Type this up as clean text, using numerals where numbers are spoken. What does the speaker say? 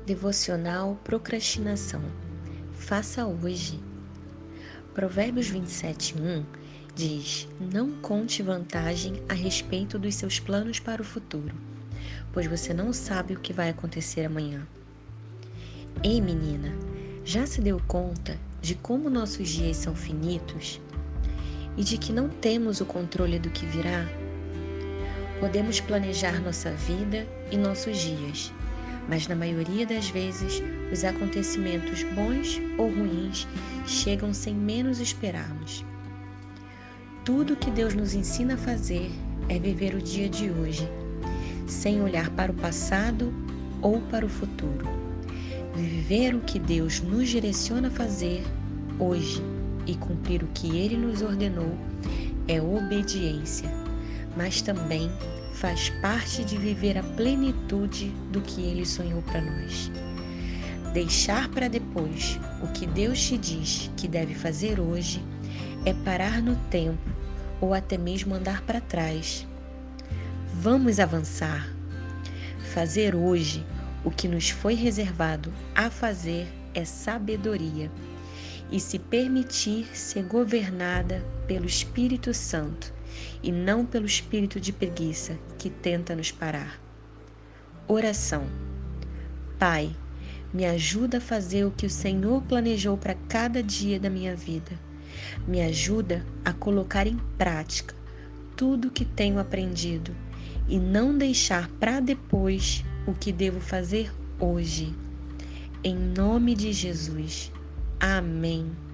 Devocional Procrastinação. Faça hoje. Provérbios 27:1 diz: Não conte vantagem a respeito dos seus planos para o futuro, pois você não sabe o que vai acontecer amanhã. Ei, menina, já se deu conta de como nossos dias são finitos e de que não temos o controle do que virá? Podemos planejar nossa vida e nossos dias, mas na maioria das vezes os acontecimentos bons ou ruins chegam sem menos esperarmos. Tudo que Deus nos ensina a fazer é viver o dia de hoje, sem olhar para o passado ou para o futuro. Viver o que Deus nos direciona a fazer hoje e cumprir o que Ele nos ordenou é obediência, mas também faz parte de viver a plenitude do que Ele sonhou para nós. Deixar para depois o que Deus te diz que deve fazer hoje é parar no tempo ou até mesmo andar para trás. Vamos avançar. Fazer hoje o que nos foi reservado a fazer é sabedoria e se permitir ser governada pelo Espírito Santo e não pelo espírito de preguiça que tenta nos parar. Oração. Pai, me ajuda a fazer o que o Senhor planejou para cada dia da minha vida. Me ajuda a colocar em prática tudo o que tenho aprendido e não deixar para depois o que devo fazer hoje. Em nome de Jesus. Amém.